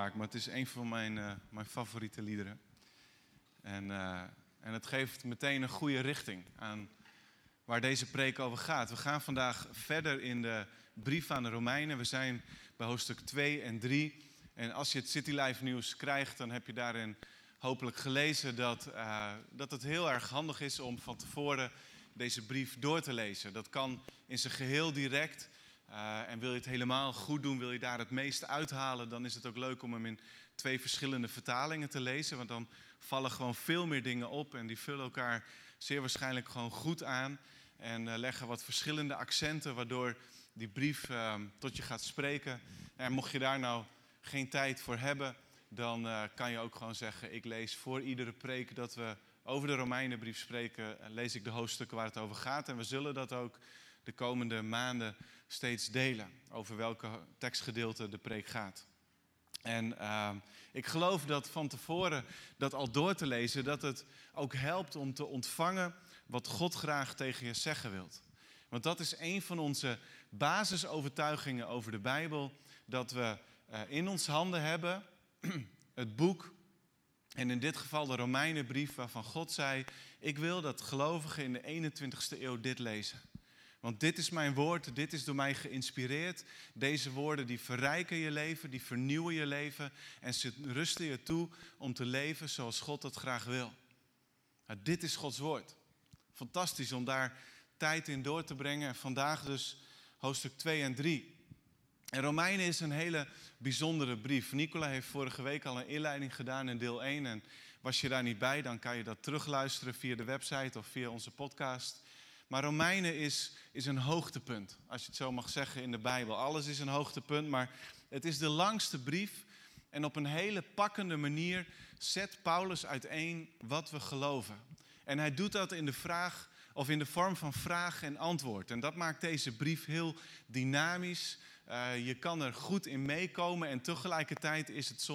vaak, maar het is een van mijn favoriete liederen. En het geeft meteen een goede richting aan waar deze preek over gaat. We gaan vandaag verder in de brief aan de Romeinen. We zijn bij hoofdstuk 2 en 3. En als je het City Life nieuws krijgt, dan heb je daarin hopelijk gelezen dat het heel erg handig is om van tevoren deze brief door te lezen. Dat kan in zijn geheel direct. En wil je het helemaal goed doen, wil je daar het meeste uithalen, dan is het ook leuk om hem in 2 verschillende vertalingen te lezen. Want dan vallen gewoon veel meer dingen op en die vullen elkaar zeer waarschijnlijk gewoon goed aan. En leggen wat verschillende accenten, waardoor die brief tot je gaat spreken. En mocht je daar nou geen tijd voor hebben, dan kan je ook gewoon zeggen, ik lees voor iedere preek dat we over de Romeinenbrief spreken, lees ik de hoofdstukken waar het over gaat. En we zullen dat ook de komende maanden steeds delen, over welke tekstgedeelte de preek gaat. En ik geloof dat van tevoren dat al door te lezen, dat het ook helpt om te ontvangen wat God graag tegen je zeggen wilt. Want dat is een van onze basisovertuigingen over de Bijbel, dat we in ons handen hebben het boek, en in dit geval de Romeinenbrief, waarvan God zei, ik wil dat gelovigen in de 21ste eeuw dit lezen. Want dit is mijn woord, dit is door mij geïnspireerd. Deze woorden die verrijken je leven, die vernieuwen je leven en ze rusten je toe om te leven zoals God dat graag wil. Nou, dit is Gods woord. Fantastisch om daar tijd in door te brengen. En vandaag dus hoofdstuk 2 en 3. En Romeinen is een hele bijzondere brief. Nicola heeft vorige week al een inleiding gedaan in deel 1. En was je daar niet bij, dan kan je dat terugluisteren via de website of via onze podcast. Maar Romeinen is een hoogtepunt, als je het zo mag zeggen in de Bijbel. Alles is een hoogtepunt, maar het is de langste brief. En op een hele pakkende manier zet Paulus uiteen wat we geloven. En hij doet dat in de vorm van vraag en antwoord. En dat maakt deze brief heel dynamisch. Je kan er goed in meekomen en tegelijkertijd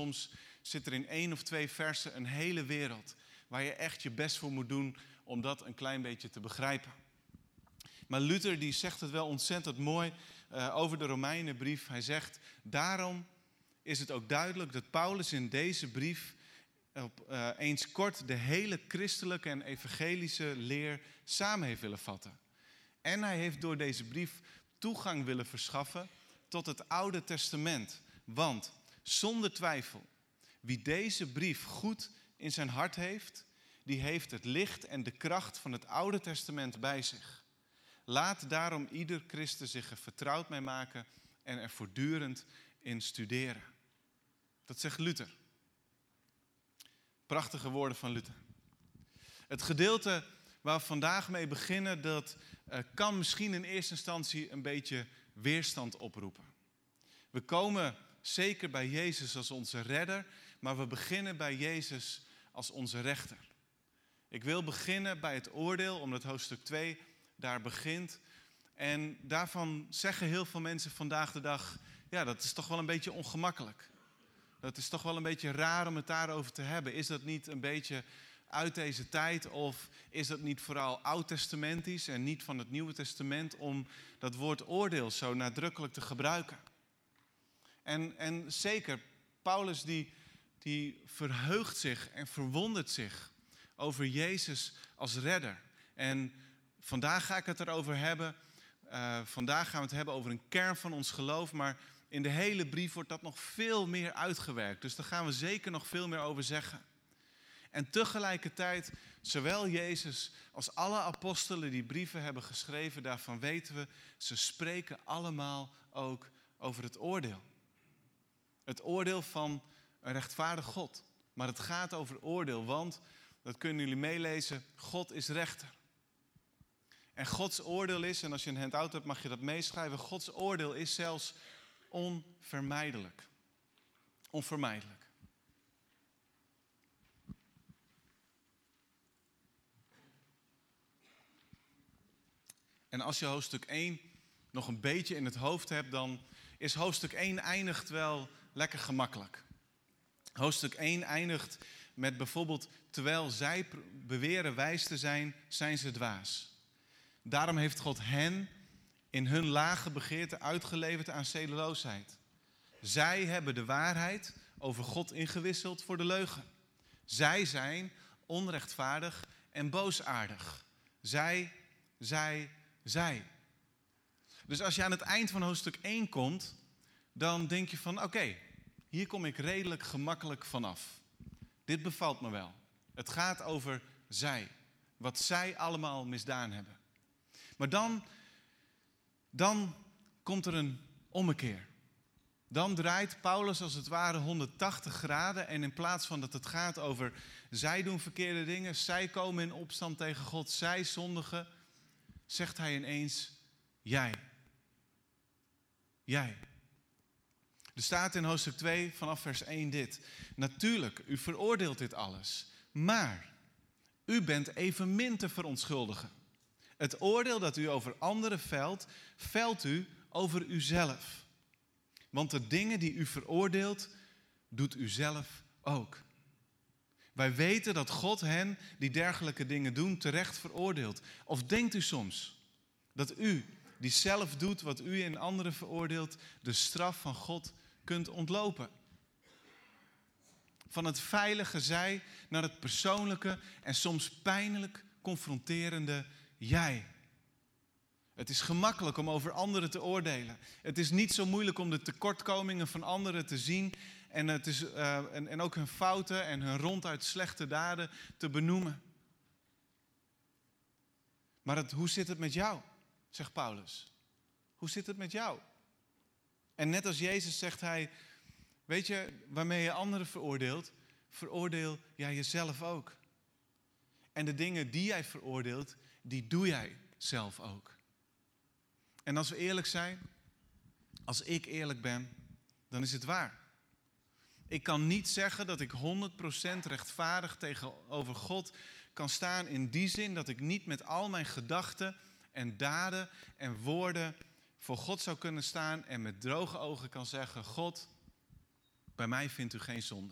zit er in 1 of 2 versen een hele wereld waar je echt je best voor moet doen om dat een klein beetje te begrijpen. Maar Luther die zegt het wel ontzettend mooi over de Romeinenbrief. Hij zegt, daarom is het ook duidelijk dat Paulus in deze brief eens kort de hele christelijke en evangelische leer samen heeft willen vatten. En hij heeft door deze brief toegang willen verschaffen tot het Oude Testament. Want zonder twijfel, wie deze brief goed in zijn hart heeft, die heeft het licht en de kracht van het Oude Testament bij zich. Laat daarom ieder christen zich er vertrouwd mee maken en er voortdurend in studeren. Dat zegt Luther. Prachtige woorden van Luther. Het gedeelte waar we vandaag mee beginnen, dat kan misschien in eerste instantie een beetje weerstand oproepen. We komen zeker bij Jezus als onze redder, maar we beginnen bij Jezus als onze rechter. Ik wil beginnen bij het oordeel, omdat hoofdstuk 2 daar begint. En daarvan zeggen heel veel mensen vandaag de dag, ja, dat is toch wel een beetje ongemakkelijk. Dat is toch wel een beetje raar om het daarover te hebben. Is dat niet een beetje uit deze tijd of is dat niet vooral oud-testamentisch en niet van het Nieuwe Testament om dat woord oordeel zo nadrukkelijk te gebruiken? En zeker, Paulus die verheugt zich en verwondert zich over Jezus als redder. En vandaag ga ik het erover hebben. Vandaag gaan we het hebben over een kern van ons geloof, maar in de hele brief wordt dat nog veel meer uitgewerkt. Dus daar gaan we zeker nog veel meer over zeggen. En tegelijkertijd, zowel Jezus als alle apostelen die brieven hebben geschreven, daarvan weten we, ze spreken allemaal ook over het oordeel. Het oordeel van een rechtvaardig God. Maar het gaat over oordeel, want, dat kunnen jullie meelezen, God is rechter. En Gods oordeel is, en als je een handout hebt mag je dat meeschrijven, Gods oordeel is zelfs onvermijdelijk. Onvermijdelijk. En als je hoofdstuk 1 nog een beetje in het hoofd hebt, dan is hoofdstuk 1 eindigt wel lekker gemakkelijk. Hoofdstuk 1 eindigt met bijvoorbeeld, terwijl zij beweren wijs te zijn, zijn ze dwaas. Daarom heeft God hen in hun lage begeerte uitgeleverd aan zedeloosheid. Zij hebben de waarheid over God ingewisseld voor de leugen. Zij zijn onrechtvaardig en boosaardig. Zij. Dus als je aan het eind van hoofdstuk 1 komt, dan denk je van oké, hier kom ik redelijk gemakkelijk vanaf. Dit bevalt me wel. Het gaat over zij. Wat zij allemaal misdaan hebben. Maar dan komt er een ommekeer. Dan draait Paulus als het ware 180 graden. En in plaats van dat het gaat over zij doen verkeerde dingen, zij komen in opstand tegen God, zij zondigen, zegt hij ineens jij. Jij. Er staat in hoofdstuk 2 vanaf vers 1 dit. Natuurlijk, u veroordeelt dit alles. Maar u bent evenmin te verontschuldigen. Het oordeel dat u over anderen velt, velt u over uzelf. Want de dingen die u veroordeelt, doet u zelf ook. Wij weten dat God hen die dergelijke dingen doen terecht veroordeelt. Of denkt u soms dat u, die zelf doet wat u in anderen veroordeelt, de straf van God kunt ontlopen? Van het veilige zij naar het persoonlijke en soms pijnlijk confronterende jij. Het is gemakkelijk om over anderen te oordelen. Het is niet zo moeilijk om de tekortkomingen van anderen te zien en ook hun fouten en hun ronduit slechte daden te benoemen. Maar hoe zit het met jou, zegt Paulus. Hoe zit het met jou? En net als Jezus zegt hij, weet je, waarmee je anderen veroordeelt, veroordeel jij jezelf ook. En de dingen die jij veroordeelt, die doe jij zelf ook. En als we eerlijk zijn, als ik eerlijk ben, dan is het waar. Ik kan niet zeggen dat ik 100% rechtvaardig tegenover God kan staan in die zin dat ik niet met al mijn gedachten en daden en woorden voor God zou kunnen staan en met droge ogen kan zeggen, God, bij mij vindt u geen zonde.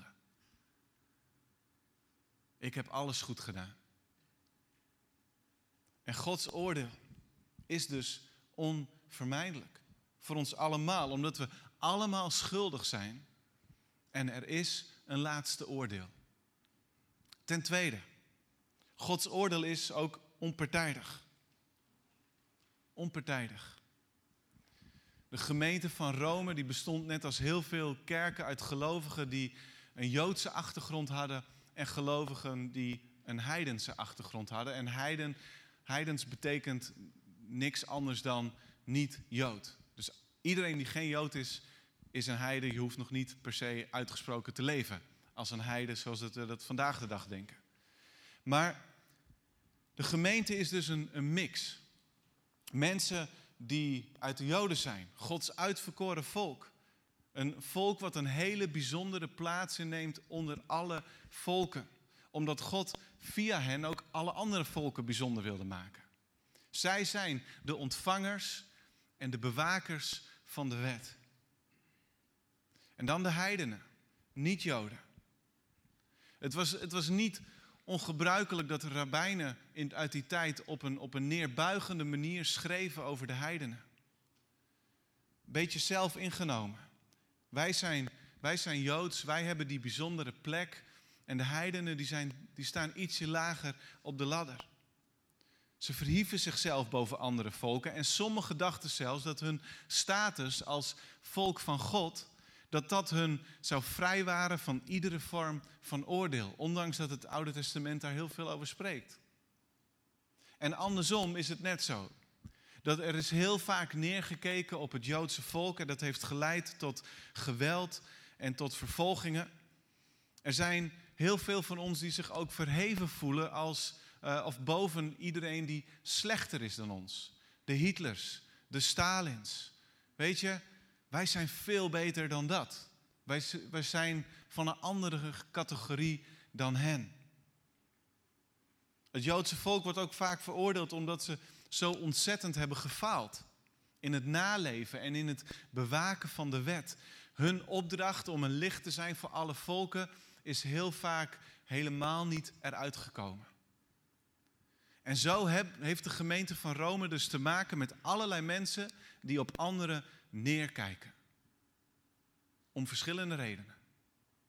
Ik heb alles goed gedaan. En Gods oordeel is dus onvermijdelijk. Voor ons allemaal, omdat we allemaal schuldig zijn. En er is een laatste oordeel. Ten tweede, Gods oordeel is ook onpartijdig. Onpartijdig. De gemeente van Rome die bestond net als heel veel kerken uit gelovigen die een Joodse achtergrond hadden en gelovigen die een heidense achtergrond hadden. En heidens betekent niks anders dan niet Jood. Dus iedereen die geen Jood is, is een heide. Je hoeft nog niet per se uitgesproken te leven als een heide zoals we dat vandaag de dag denken. Maar de gemeente is dus een mix. Mensen die uit de Joden zijn, Gods uitverkoren volk. Een volk wat een hele bijzondere plaats inneemt onder alle volken. Omdat God via hen ook alle andere volken bijzonder wilde maken. Zij zijn de ontvangers en de bewakers van de wet. En dan de heidenen, niet-Joden. Het was niet ongebruikelijk dat de rabbijnen uit die tijd op een neerbuigende manier schreven over de heidenen. Beetje zelf ingenomen. Wij zijn Joods, wij hebben die bijzondere plek. En de heidenen die staan ietsje lager op de ladder. Ze verhieven zichzelf boven andere volken. En sommigen dachten zelfs dat hun status als volk van God, dat hun zou vrijwaren van iedere vorm van oordeel. Ondanks dat het Oude Testament daar heel veel over spreekt. En andersom is het net zo. Dat er is heel vaak neergekeken op het Joodse volk. En dat heeft geleid tot geweld en tot vervolgingen. Er zijn heel veel van ons die zich ook verheven voelen of boven iedereen die slechter is dan ons. De Hitlers, de Stalins. Weet je, wij zijn veel beter dan dat. Wij zijn van een andere categorie dan hen. Het Joodse volk wordt ook vaak veroordeeld omdat ze zo ontzettend hebben gefaald. In het naleven en in het bewaken van de wet. Hun opdracht om een licht te zijn voor alle volken is heel vaak helemaal niet eruit gekomen. En zo heeft de gemeente van Rome dus te maken met allerlei mensen die op anderen neerkijken. Om verschillende redenen.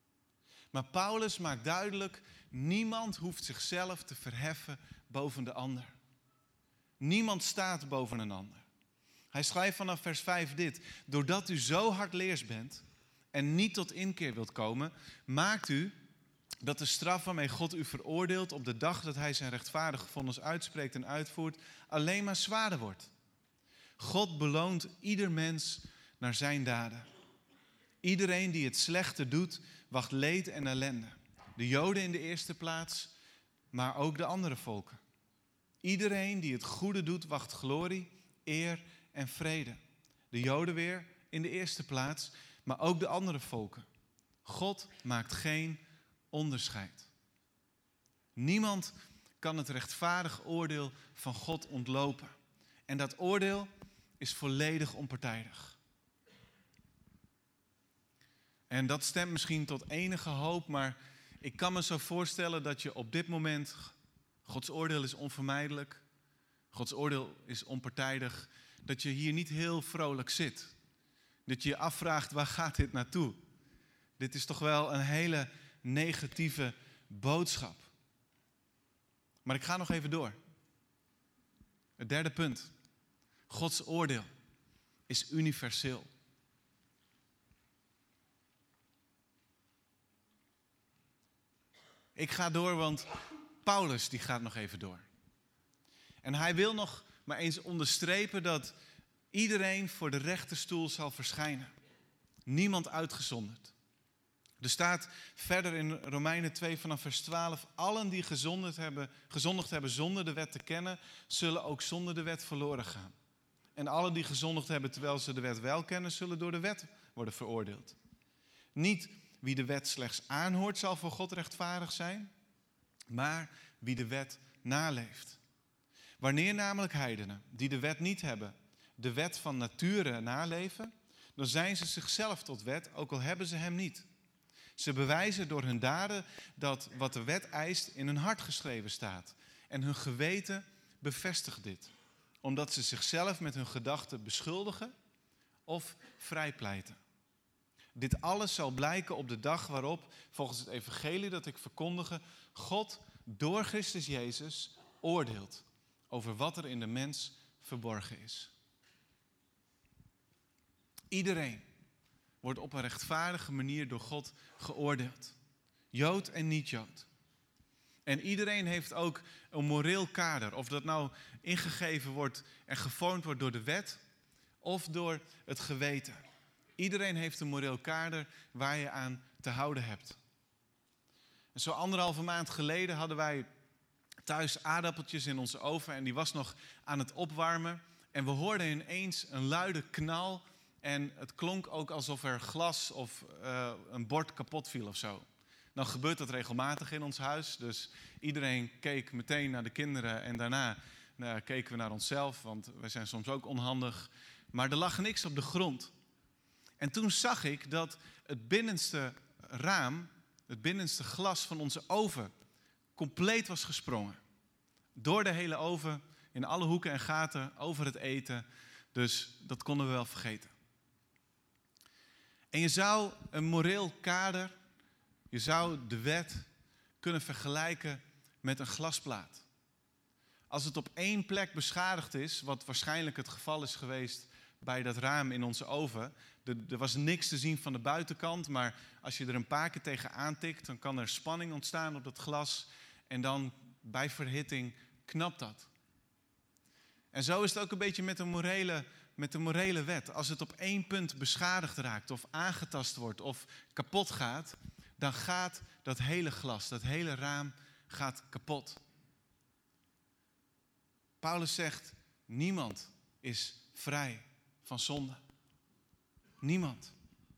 Maar Paulus maakt duidelijk, niemand hoeft zichzelf te verheffen boven de ander. Niemand staat boven een ander. Hij schrijft vanaf vers 5 dit. Doordat u zo hardleers bent en niet tot inkeer wilt komen, maakt u dat de straf waarmee God u veroordeelt op de dag dat hij zijn rechtvaardige vonnis uitspreekt en uitvoert, alleen maar zwaarder wordt. God beloont ieder mens naar zijn daden. Iedereen die het slechte doet, wacht leed en ellende. De Joden in de eerste plaats, maar ook de andere volken. Iedereen die het goede doet, wacht glorie, eer en vrede. De Joden weer in de eerste plaats, maar ook de andere volken. God maakt geen onderscheid. Niemand kan het rechtvaardig oordeel van God ontlopen. En dat oordeel is volledig onpartijdig. En dat stemt misschien tot enige hoop, maar ik kan me zo voorstellen dat je op dit moment, Gods oordeel is onvermijdelijk, Gods oordeel is onpartijdig, dat je hier niet heel vrolijk zit. Dat je je afvraagt, waar gaat dit naartoe? Dit is toch wel een hele negatieve boodschap. Maar ik ga nog even door. Het derde punt. Gods oordeel is universeel. Ik ga door, want Paulus die gaat nog even door. En hij wil nog maar eens onderstrepen dat iedereen voor de rechterstoel zal verschijnen. Niemand uitgezonderd. Er staat verder in Romeinen 2 vanaf vers 12... allen die gezondigd hebben zonder de wet te kennen, zullen ook zonder de wet verloren gaan. En allen die gezondigd hebben terwijl ze de wet wel kennen, zullen door de wet worden veroordeeld. Niet wie de wet slechts aanhoort zal voor God rechtvaardig zijn, maar wie de wet naleeft. Wanneer namelijk heidenen, die de wet niet hebben, de wet van nature naleven, dan zijn ze zichzelf tot wet, ook al hebben ze hem niet. Ze bewijzen door hun daden dat wat de wet eist in hun hart geschreven staat. En hun geweten bevestigt dit. Omdat ze zichzelf met hun gedachten beschuldigen of vrijpleiten. Dit alles zal blijken op de dag waarop, volgens het evangelie dat ik verkondige, God door Christus Jezus oordeelt over wat er in de mens verborgen is. Iedereen wordt op een rechtvaardige manier door God geoordeeld. Jood en niet-Jood. En iedereen heeft ook een moreel kader. Of dat nou ingegeven wordt en gevormd wordt door de wet of door het geweten. Iedereen heeft een moreel kader waar je aan te houden hebt. En zo 1,5 maand geleden hadden wij thuis aardappeltjes in onze oven en die was nog aan het opwarmen. En we hoorden ineens een luide knal en het klonk ook alsof er glas of een bord kapot viel of zo. Nou gebeurt dat regelmatig in ons huis, dus iedereen keek meteen naar de kinderen en daarna keken we naar onszelf, want wij zijn soms ook onhandig. Maar er lag niks op de grond. En toen zag ik dat het binnenste raam, het binnenste glas van onze oven, compleet was gesprongen. Door de hele oven, in alle hoeken en gaten, over het eten. Dus dat konden we wel vergeten. En je zou een moreel kader, je zou de wet kunnen vergelijken met een glasplaat. Als het op 1 plek beschadigd is, wat waarschijnlijk het geval is geweest bij dat raam in onze oven. Er was niks te zien van de buitenkant, maar als je er een paar keer tegen aantikt, dan kan er spanning ontstaan op dat glas. En dan bij verhitting knapt dat. En zo is het ook een beetje met de morele wet. Als het op 1 punt beschadigd raakt of aangetast wordt of kapot gaat, dan gaat dat hele glas, dat hele raam gaat kapot. Paulus zegt, niemand is vrij van zonde. Niemand.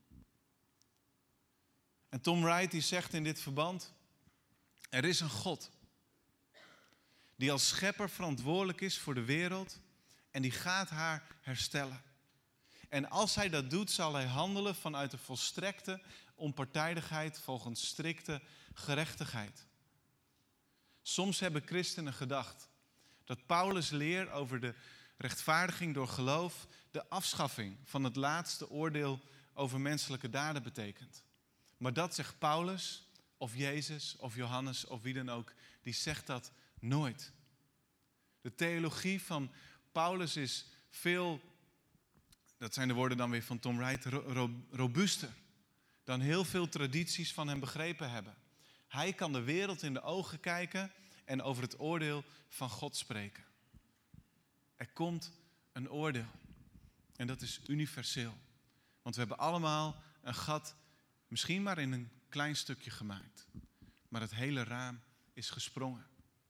En Tom Wright die zegt in dit verband, er is een God die als schepper verantwoordelijk is voor de wereld en die gaat haar herstellen. En als hij dat doet, zal hij handelen vanuit de volstrekte onpartijdigheid volgens strikte gerechtigheid. Soms hebben christenen gedacht dat Paulus' leer over de rechtvaardiging door geloof de afschaffing van het laatste oordeel over menselijke daden betekent. Maar dat, zegt Paulus, of Jezus of Johannes of wie dan ook, die zegt dat nooit. De theologie van Paulus is veel, dat zijn de woorden dan weer van Tom Wright, robuuster dan heel veel tradities van hem begrepen hebben. Hij kan de wereld in de ogen kijken en over het oordeel van God spreken. Er komt een oordeel. En dat is universeel. Want we hebben allemaal een gat, misschien maar in een klein stukje gemaakt. Maar het hele raam is gesprongen.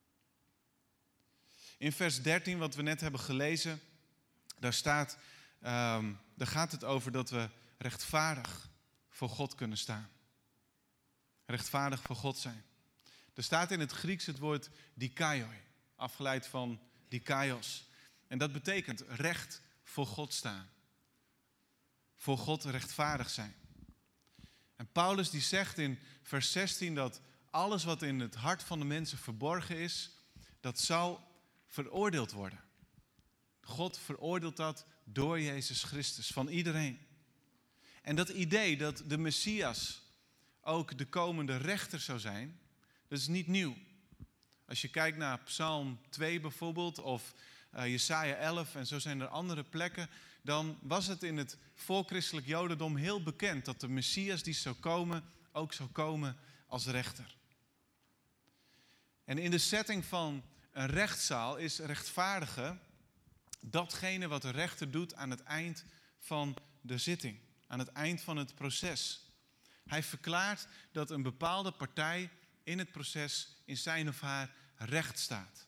In vers 13, wat we net hebben gelezen, daar gaat het over dat we rechtvaardig voor God kunnen staan. Rechtvaardig voor God zijn. Er staat in het Grieks het woord dikaioi, afgeleid van dikaios. En dat betekent recht voor God staan. Voor God rechtvaardig zijn. En Paulus die zegt in vers 16 dat alles wat in het hart van de mensen verborgen is, dat zal veroordeeld worden. God veroordeelt dat door Jezus Christus, van iedereen. En dat idee dat de Messias ook de komende rechter zou zijn, dat is niet nieuw. Als je kijkt naar Psalm 2 bijvoorbeeld, of Jesaja 11 en zo zijn er andere plekken, dan was het in het voorchristelijk Jodendom heel bekend dat de Messias die zou komen, ook zou komen als rechter. En in de setting van een rechtszaal is rechtvaardigen datgene wat de rechter doet aan het eind van de zitting, aan het eind van het proces. Hij verklaart dat een bepaalde partij in het proces in zijn of haar recht staat.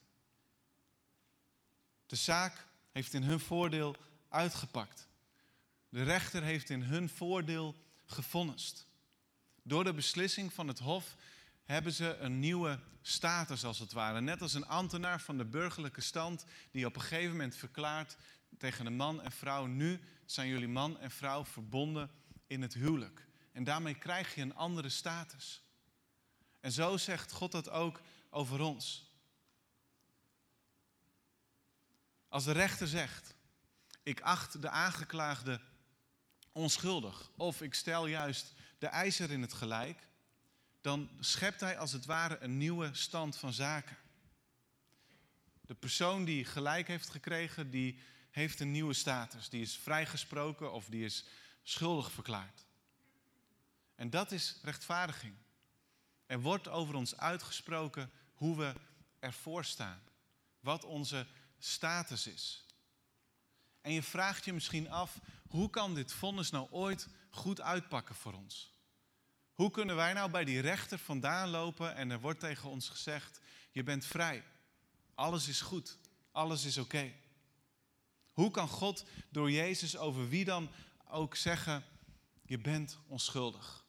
De zaak heeft in hun voordeel uitgepakt. De rechter heeft in hun voordeel gevonnist. Door de beslissing van het hof hebben ze een nieuwe status als het ware. Net als een ambtenaar van de burgerlijke stand die op een gegeven moment verklaart tegen een man en vrouw: nu zijn jullie man en vrouw verbonden in het huwelijk. En daarmee krijg je een andere status. En zo zegt God dat ook over ons. Als de rechter zegt: ik acht de aangeklaagde onschuldig, of ik stel juist de eiser in het gelijk, dan schept hij als het ware een nieuwe stand van zaken. De persoon die gelijk heeft gekregen, die heeft een nieuwe status. Die is vrijgesproken of die is schuldig verklaard. En dat is rechtvaardiging. Er wordt over ons uitgesproken hoe we ervoor staan. Wat onze status is. En je vraagt je misschien af, hoe kan dit vonnis nou ooit goed uitpakken voor ons? Hoe kunnen wij nou bij die rechter vandaan lopen en er wordt tegen ons gezegd: je bent vrij, alles is goed, alles is oké. Hoe kan God door Jezus over wie dan ook zeggen: je bent onschuldig?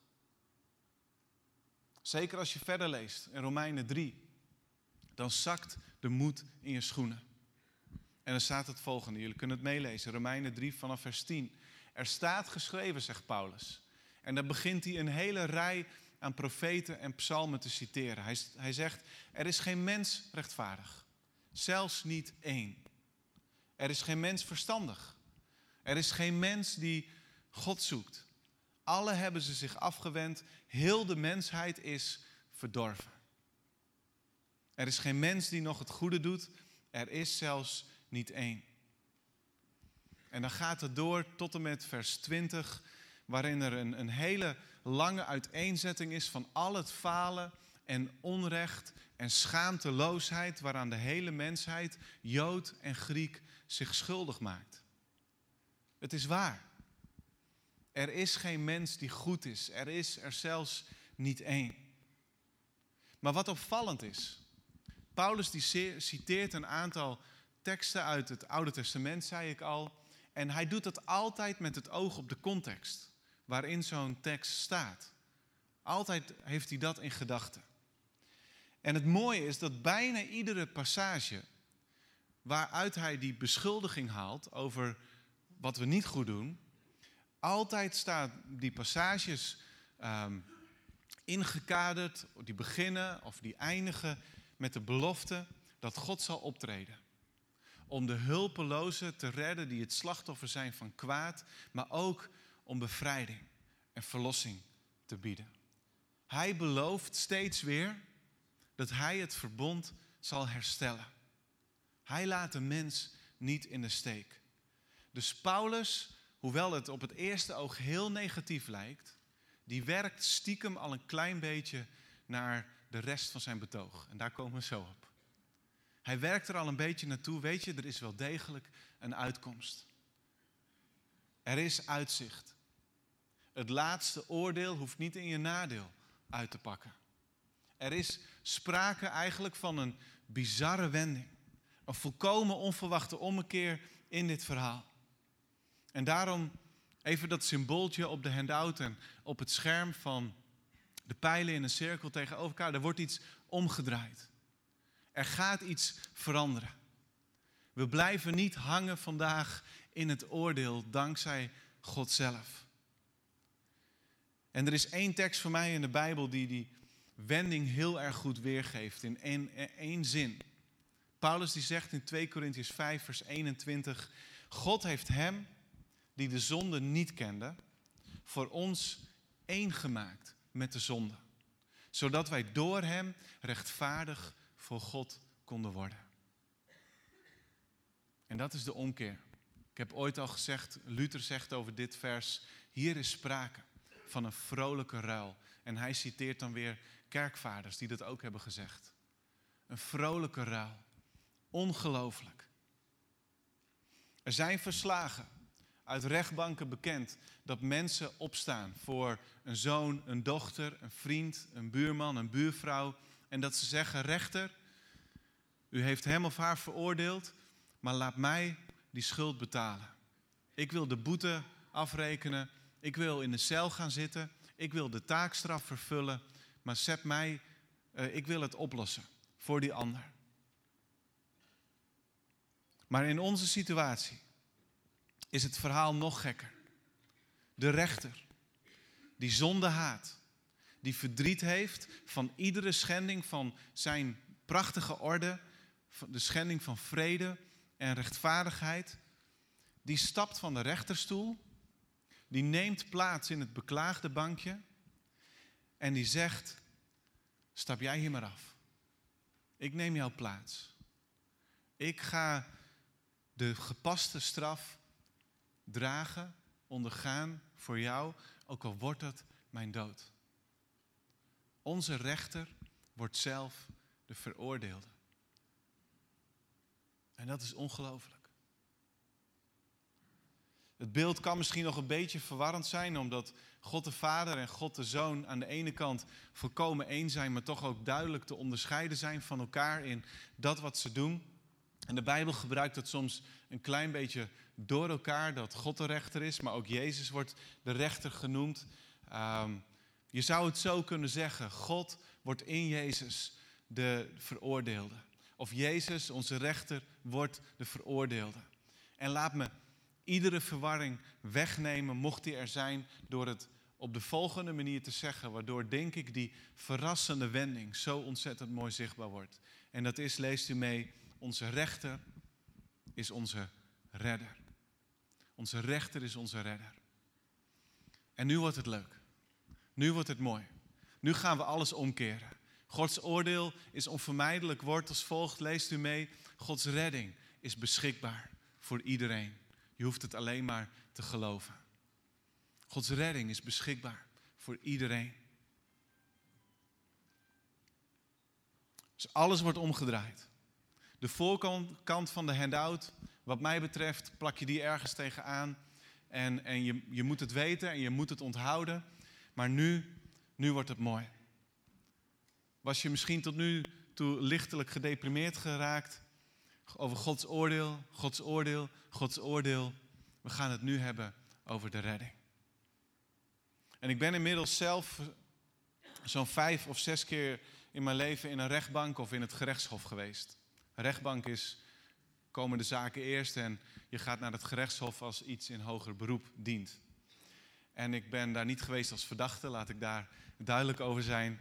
Zeker als je verder leest in Romeinen 3, dan zakt de moed in je schoenen. En dan staat het volgende, jullie kunnen het meelezen, Romeinen 3 vanaf vers 10. Er staat geschreven, zegt Paulus. En dan begint hij een hele rij aan profeten en psalmen te citeren. Hij zegt: er is geen mens rechtvaardig, zelfs niet één. Er is geen mens verstandig. Er is geen mens die God zoekt. Alle hebben ze zich afgewend, heel de mensheid is verdorven. Er is geen mens die nog het goede doet, er is zelfs niet één. En dan gaat het door tot en met vers 20, waarin er een hele lange uiteenzetting is van al het falen en onrecht en schaamteloosheid waaraan de hele mensheid, Jood en Griek, zich schuldig maakt. Het is waar. Er is geen mens die goed is. Er is er zelfs niet één. Maar wat opvallend is, Paulus die citeert een aantal teksten uit het Oude Testament, zei ik al. En hij doet dat altijd met het oog op de context waarin zo'n tekst staat. Altijd heeft hij dat in gedachten. En het mooie is dat bijna iedere passage waaruit hij die beschuldiging haalt over wat we niet goed doen, altijd staan die passages ingekaderd, die beginnen of die eindigen met de belofte dat God zal optreden. Om de hulpelozen te redden die het slachtoffer zijn van kwaad, maar ook om bevrijding en verlossing te bieden. Hij belooft steeds weer dat hij het verbond zal herstellen. Hij laat de mens niet in de steek. Dus Paulus, hoewel het op het eerste oog heel negatief lijkt, die werkt stiekem al een klein beetje naar de rest van zijn betoog. En daar komen we zo op. Hij werkt er al een beetje naartoe. Weet je, er is wel degelijk een uitkomst. Er is uitzicht. Het laatste oordeel hoeft niet in je nadeel uit te pakken. Er is sprake eigenlijk van een bizarre wending. Een volkomen onverwachte ommekeer in dit verhaal. En daarom even dat symbooltje op de handout en op het scherm van de pijlen in een cirkel tegenover elkaar. Er wordt iets omgedraaid. Er gaat iets veranderen. We blijven niet hangen vandaag in het oordeel dankzij God zelf. En er is één tekst voor mij in de Bijbel die wending heel erg goed weergeeft in één zin. Paulus die zegt in 2 Korintiërs 5 vers 21. God heeft hem die de zonde niet kende voor ons één gemaakt met de zonde. Zodat wij door hem rechtvaardig voor God konden worden. En dat is de omkeer. Ik heb ooit al gezegd, Luther zegt over dit vers, hier is sprake van een vrolijke ruil. En hij citeert dan weer kerkvaders die dat ook hebben gezegd. Een vrolijke ruil. Ongelooflijk. Er zijn verslagen uit rechtbanken bekend dat mensen opstaan voor een zoon, een dochter, een vriend, een buurman, een buurvrouw. En dat ze zeggen, rechter, u heeft hem of haar veroordeeld, maar laat mij die schuld betalen. Ik wil de boete afrekenen, ik wil in de cel gaan zitten, ik wil de taakstraf vervullen, maar ik wil het oplossen voor die ander. Maar in onze situatie is het verhaal nog gekker. De rechter, die zonde haat, die verdriet heeft van iedere schending van zijn prachtige orde, de schending van vrede en rechtvaardigheid, die stapt van de rechterstoel, die neemt plaats in het beklaagde bankje en die zegt, stap jij hier maar af. Ik neem jouw plaats. Ik ga de gepaste straf dragen, ondergaan voor jou, ook al wordt het mijn dood. Onze rechter wordt zelf de veroordeelde. En dat is ongelooflijk. Het beeld kan misschien nog een beetje verwarrend zijn, omdat God de Vader en God de Zoon aan de ene kant volkomen één zijn, maar toch ook duidelijk te onderscheiden zijn van elkaar in dat wat ze doen. En de Bijbel gebruikt dat soms een klein beetje door elkaar, dat God de rechter is, maar ook Jezus wordt de rechter genoemd. Je zou het zo kunnen zeggen, God wordt in Jezus de veroordeelde. Of Jezus, onze rechter, wordt de veroordeelde. En laat me iedere verwarring wegnemen, mocht die er zijn, door het op de volgende manier te zeggen, waardoor denk ik die verrassende wending zo ontzettend mooi zichtbaar wordt. En dat is, leest u mee, onze rechter is onze redder. Onze rechter is onze redder. En nu wordt het leuk. Nu wordt het mooi. Nu gaan we alles omkeren. Gods oordeel is onvermijdelijk, wordt als volgt, leest u mee. Gods redding is beschikbaar voor iedereen. Je hoeft het alleen maar te geloven. Gods redding is beschikbaar voor iedereen. Dus alles wordt omgedraaid. De voorkant van de handout, wat mij betreft, plak je die ergens tegenaan. En je moet het weten en je moet het onthouden. Maar nu wordt het mooi. Was je misschien tot nu toe lichtelijk gedeprimeerd geraakt over Gods oordeel, Gods oordeel, Gods oordeel. We gaan het nu hebben over de redding. En ik ben inmiddels zelf zo'n 5 of 6 keer in mijn leven in een rechtbank of in het gerechtshof geweest. Een rechtbank komen de zaken eerst en je gaat naar het gerechtshof als iets in hoger beroep dient. En ik ben daar niet geweest als verdachte, laat ik daar duidelijk over zijn.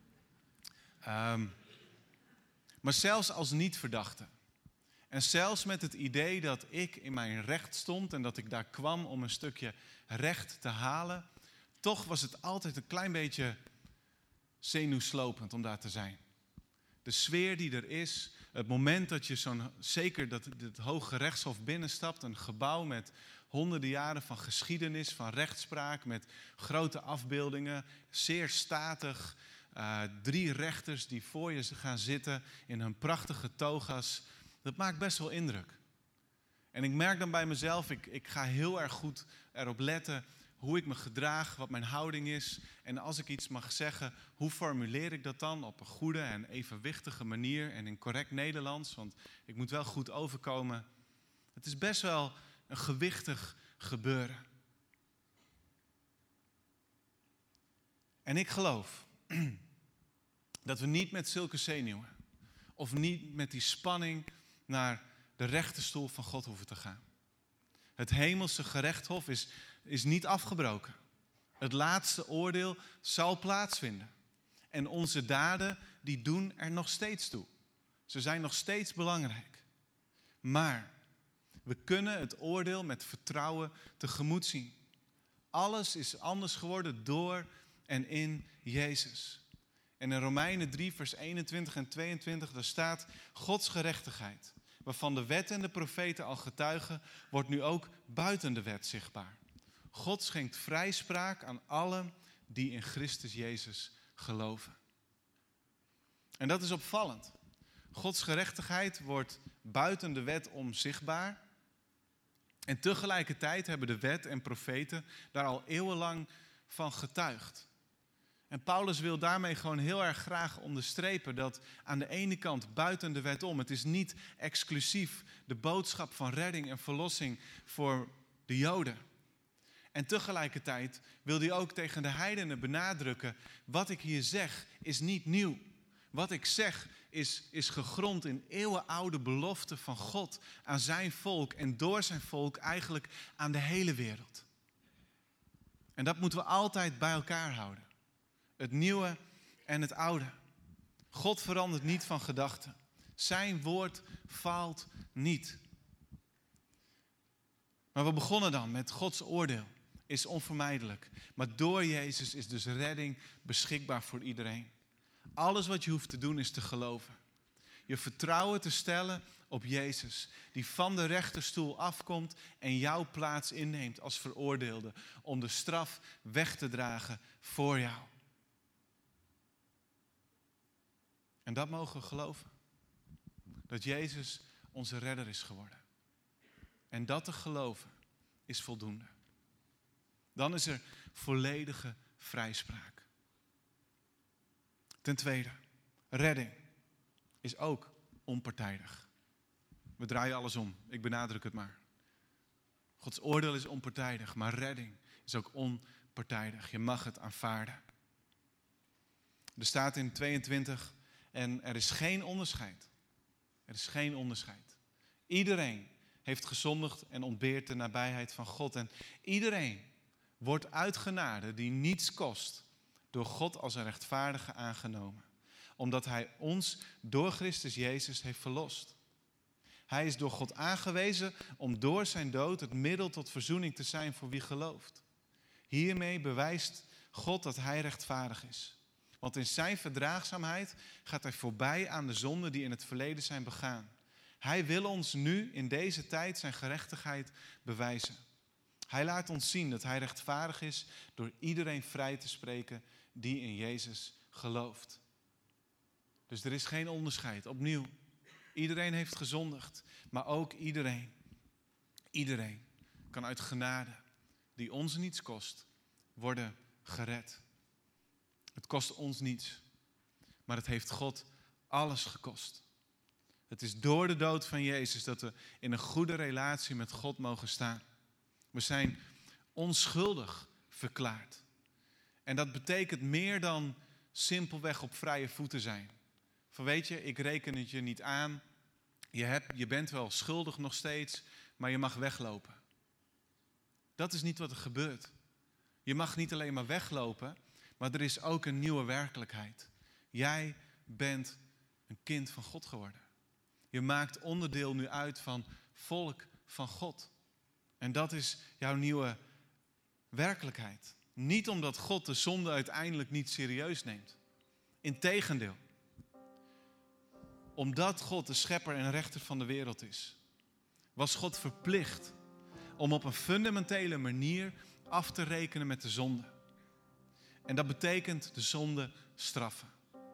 Maar zelfs als niet-verdachte. En zelfs met het idee dat ik in mijn recht stond en dat ik daar kwam om een stukje recht te halen, toch was het altijd een klein beetje zenuwslopend om daar te zijn. De sfeer die er is, het moment dat je zeker dat het Hoge Rechtshof binnenstapt, een gebouw met honderden jaren van geschiedenis, van rechtspraak, met grote afbeeldingen, zeer statig. 3 rechters die voor je gaan zitten in hun prachtige toga's. Dat maakt best wel indruk. En ik merk dan bij mezelf, ik ga heel erg goed erop letten hoe ik me gedraag, wat mijn houding is. En als ik iets mag zeggen, hoe formuleer ik dat dan op een goede en evenwichtige manier en in correct Nederlands? Want ik moet wel goed overkomen. Het is best wel een gewichtig gebeuren. En ik geloof dat we niet met zulke zenuwen of niet met die spanning naar de rechterstoel van God hoeven te gaan. Het hemelse gerechtshof is niet afgebroken. Het laatste oordeel zal plaatsvinden. En onze daden, die doen er nog steeds toe. Ze zijn nog steeds belangrijk. Maar we kunnen het oordeel met vertrouwen tegemoet zien. Alles is anders geworden door en in Jezus. En in Romeinen 3, vers 21 en 22, daar staat: Gods gerechtigheid, waarvan de wet en de profeten al getuigen, wordt nu ook buiten de wet zichtbaar. God schenkt vrijspraak aan allen die in Christus Jezus geloven. En dat is opvallend. Gods gerechtigheid wordt buiten de wet om zichtbaar. En tegelijkertijd hebben de wet en profeten daar al eeuwenlang van getuigd. En Paulus wil daarmee gewoon heel erg graag onderstrepen dat aan de ene kant buiten de wet om, het is niet exclusief de boodschap van redding en verlossing voor de Joden. En tegelijkertijd wil hij ook tegen de heidenen benadrukken, wat ik hier zeg is niet nieuw. Wat ik zeg is gegrond in eeuwenoude beloften van God aan zijn volk en door zijn volk eigenlijk aan de hele wereld. En dat moeten we altijd bij elkaar houden. Het nieuwe en het oude. God verandert niet van gedachten. Zijn woord faalt niet. Maar we begonnen dan met Gods oordeel. Is onvermijdelijk. Maar door Jezus is dus redding beschikbaar voor iedereen. Alles wat je hoeft te doen is te geloven. Je vertrouwen te stellen op Jezus. Die van de rechterstoel afkomt en jouw plaats inneemt als veroordeelde. Om de straf weg te dragen voor jou. En dat mogen we geloven. Dat Jezus onze redder is geworden. En dat te geloven is voldoende. Dan is er volledige vrijspraak. Ten tweede, redding is ook onpartijdig. We draaien alles om, ik benadruk het maar. Gods oordeel is onpartijdig, maar redding is ook onpartijdig. Je mag het aanvaarden. Er staat in 22, en er is geen onderscheid. Er is geen onderscheid. Iedereen heeft gezondigd en ontbeert de nabijheid van God. En iedereen wordt uit genade die niets kost door God als een rechtvaardige aangenomen. Omdat hij ons door Christus Jezus heeft verlost. Hij is door God aangewezen om door zijn dood het middel tot verzoening te zijn voor wie gelooft. Hiermee bewijst God dat hij rechtvaardig is. Want in zijn verdraagzaamheid gaat hij voorbij aan de zonden die in het verleden zijn begaan. Hij wil ons nu in deze tijd zijn gerechtigheid bewijzen. Hij laat ons zien dat hij rechtvaardig is door iedereen vrij te spreken die in Jezus gelooft. Dus er is geen onderscheid. Opnieuw, iedereen heeft gezondigd, maar ook iedereen kan uit genade, die ons niets kost, worden gered. Het kost ons niets, maar het heeft God alles gekost. Het is door de dood van Jezus dat we in een goede relatie met God mogen staan. We zijn onschuldig verklaard. En dat betekent meer dan simpelweg op vrije voeten zijn. Van weet je, ik reken het je niet aan. Je bent wel schuldig nog steeds, maar je mag weglopen. Dat is niet wat er gebeurt. Je mag niet alleen maar weglopen, maar er is ook een nieuwe werkelijkheid. Jij bent een kind van God geworden. Je maakt onderdeel nu uit van volk van God. En dat is jouw nieuwe werkelijkheid. Niet omdat God de zonde uiteindelijk niet serieus neemt. Integendeel. Omdat God de schepper en rechter van de wereld is, was God verplicht om op een fundamentele manier af te rekenen met de zonde. En dat betekent de zonde straffen.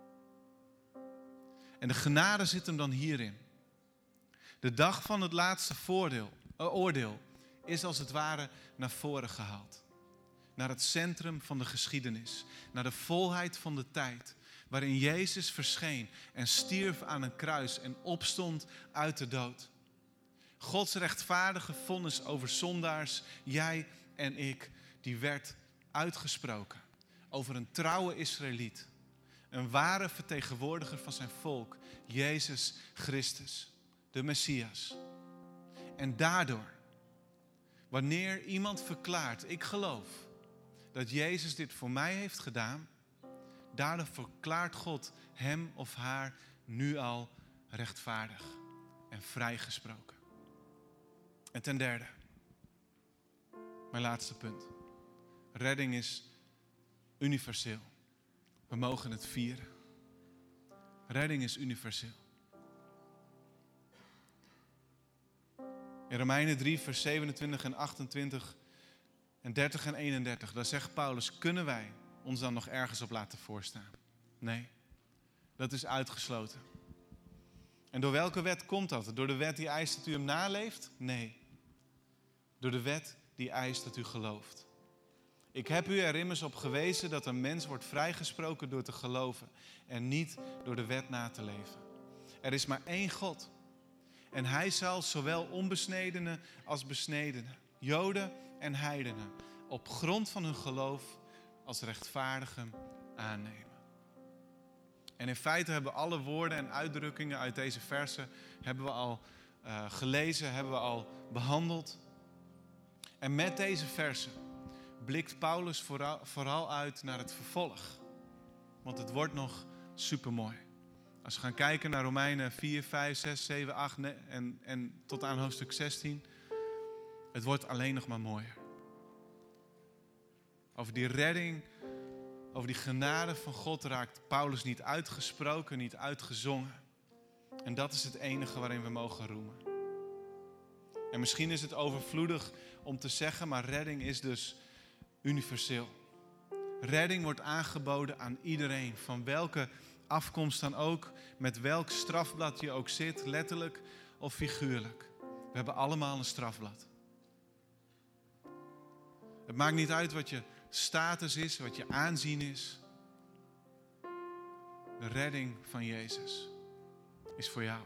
En de genade zit hem dan hierin. De dag van het laatste oordeel is als het ware naar voren gehaald. Naar het centrum van de geschiedenis. Naar de volheid van de tijd. Waarin Jezus verscheen en stierf aan een kruis en opstond uit de dood. Gods rechtvaardige vonnis over zondaars, jij en ik, die werd uitgesproken. Over een trouwe Israëliet. Een ware vertegenwoordiger van zijn volk, Jezus Christus, de Messias. En daardoor, wanneer iemand verklaart, ik geloof dat Jezus dit voor mij heeft gedaan, daardoor verklaart God hem of haar nu al rechtvaardig en vrijgesproken. En ten derde, mijn laatste punt. Redding is universeel. We mogen het vieren. Redding is universeel. In Romeinen 3, vers 27 en 28 en 30 en 31, daar zegt Paulus, kunnen wij ons dan nog ergens op laten voorstaan? Nee, dat is uitgesloten. En door welke wet komt dat? Door de wet die eist dat u hem naleeft? Nee. Door de wet die eist dat u gelooft. Ik heb u er immers op gewezen dat een mens wordt vrijgesproken door te geloven en niet door de wet na te leven. Er is maar één God. En hij zal zowel onbesnedenen als besnedenen, Joden en heidenen, op grond van hun geloof als rechtvaardigen aannemen. En in feite hebben we alle woorden en uitdrukkingen uit deze versen hebben we al gelezen, hebben we al behandeld. En met deze versen blikt Paulus vooral uit naar het vervolg. Want het wordt nog supermooi. Als we gaan kijken naar Romeinen 4, 5, 6, 7, 8 en tot aan hoofdstuk 16. Het wordt alleen nog maar mooier. Over die redding, over die genade van God raakt Paulus niet uitgesproken, niet uitgezongen. En dat is het enige waarin we mogen roemen. En misschien is het overvloedig om te zeggen, maar redding is dus universeel. Redding wordt aangeboden aan iedereen, van welke afkomst dan ook, met welk strafblad je ook zit, letterlijk of figuurlijk. We hebben allemaal een strafblad. Het maakt niet uit wat je status is, wat je aanzien is. De redding van Jezus is voor jou.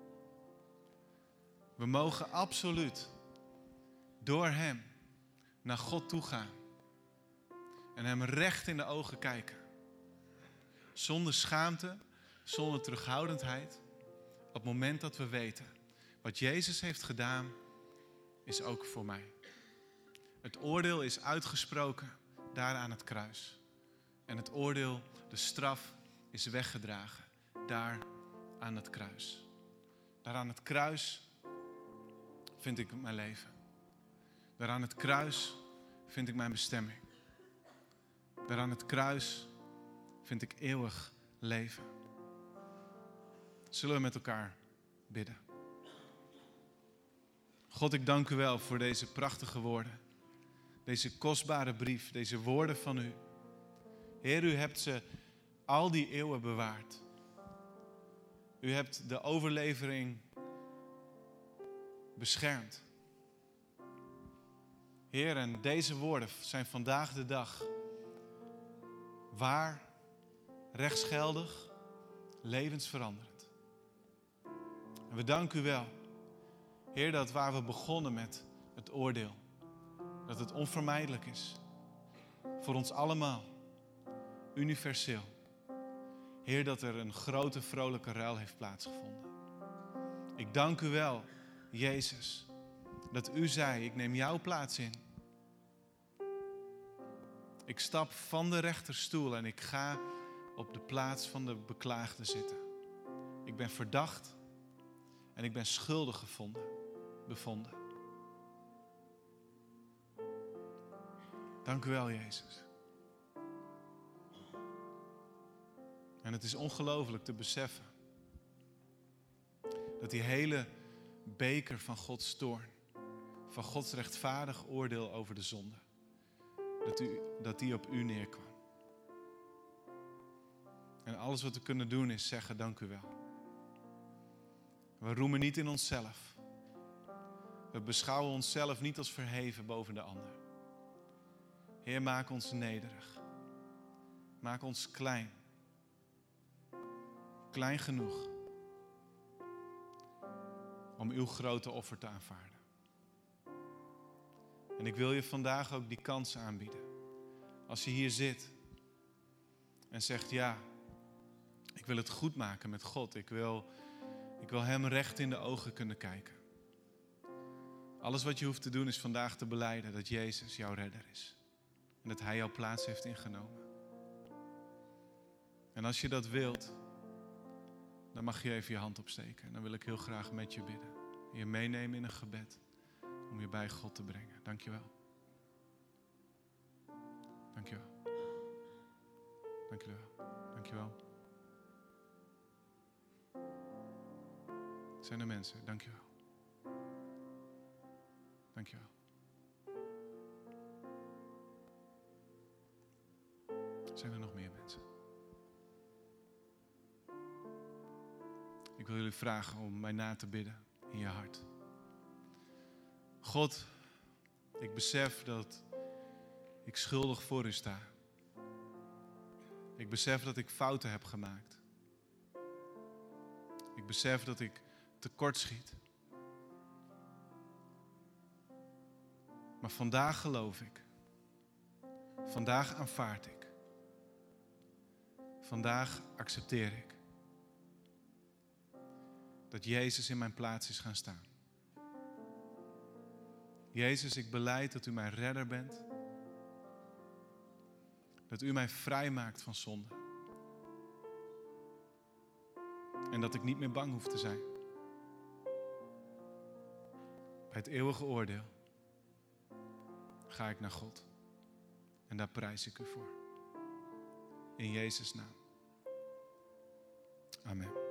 We mogen absoluut door hem naar God toe gaan. En hem recht in de ogen kijken. Zonder schaamte, zonder terughoudendheid. Op het moment dat we weten, wat Jezus heeft gedaan, is ook voor mij. Het oordeel is uitgesproken daar aan het kruis. En het oordeel, de straf, is weggedragen daar aan het kruis. Daar aan het kruis vind ik mijn leven. Daar aan het kruis vind ik mijn bestemming. Daar aan het kruis vind ik eeuwig leven. Zullen we met elkaar bidden? God, ik dank u wel voor deze prachtige woorden. Deze kostbare brief, deze woorden van u. Heer, u hebt ze al die eeuwen bewaard. U hebt de overlevering beschermd. Heer, en deze woorden zijn vandaag de dag waar, rechtsgeldig, levensveranderend. En we danken u wel, Heer, dat waar we begonnen met het oordeel, dat het onvermijdelijk is. Voor ons allemaal, universeel. Heer, dat er een grote vrolijke ruil heeft plaatsgevonden. Ik dank u wel, Jezus, dat u zei, ik neem jouw plaats in. Ik stap van de rechterstoel en ik ga op de plaats van de beklaagde zitten. Ik ben verdacht en ik ben schuldig bevonden. Dank u wel, Jezus. En het is ongelooflijk te beseffen dat die hele beker van Gods toorn, van Gods rechtvaardig oordeel over de zonde, dat die op u neerkwam. En alles wat we kunnen doen is zeggen, dank u wel. We roemen niet in onszelf. We beschouwen onszelf niet als verheven boven de ander. Heer, maak ons nederig. Maak ons klein. Klein genoeg om uw grote offer te aanvaarden. En ik wil je vandaag ook die kans aanbieden. Als je hier zit en zegt, ja, ik wil het goed maken met God. Ik wil hem recht in de ogen kunnen kijken. Alles wat je hoeft te doen is vandaag te belijden dat Jezus jouw redder is. En dat hij jouw plaats heeft ingenomen. En als je dat wilt, dan mag je even je hand opsteken. En dan wil ik heel graag met je bidden. En je meenemen in een gebed om je bij God te brengen. Dank je wel. Dank je wel. Dank je wel. Dank je wel. Zijn er mensen? Dank je wel. Dank je wel. Zijn er nog meer mensen? Ik wil jullie vragen om mij na te bidden in je hart. God, ik besef dat ik schuldig voor u sta. Ik besef dat ik fouten heb gemaakt. Ik besef dat ik tekortschiet. Maar vandaag geloof ik. Vandaag aanvaard ik. Vandaag accepteer ik. Dat Jezus in mijn plaats is gaan staan. Jezus, ik belijd dat u mijn redder bent. Dat u mij vrijmaakt van zonde. En dat ik niet meer bang hoef te zijn. Bij het eeuwige oordeel ga ik naar God. En daar prijs ik u voor. In Jezus' naam. Amen.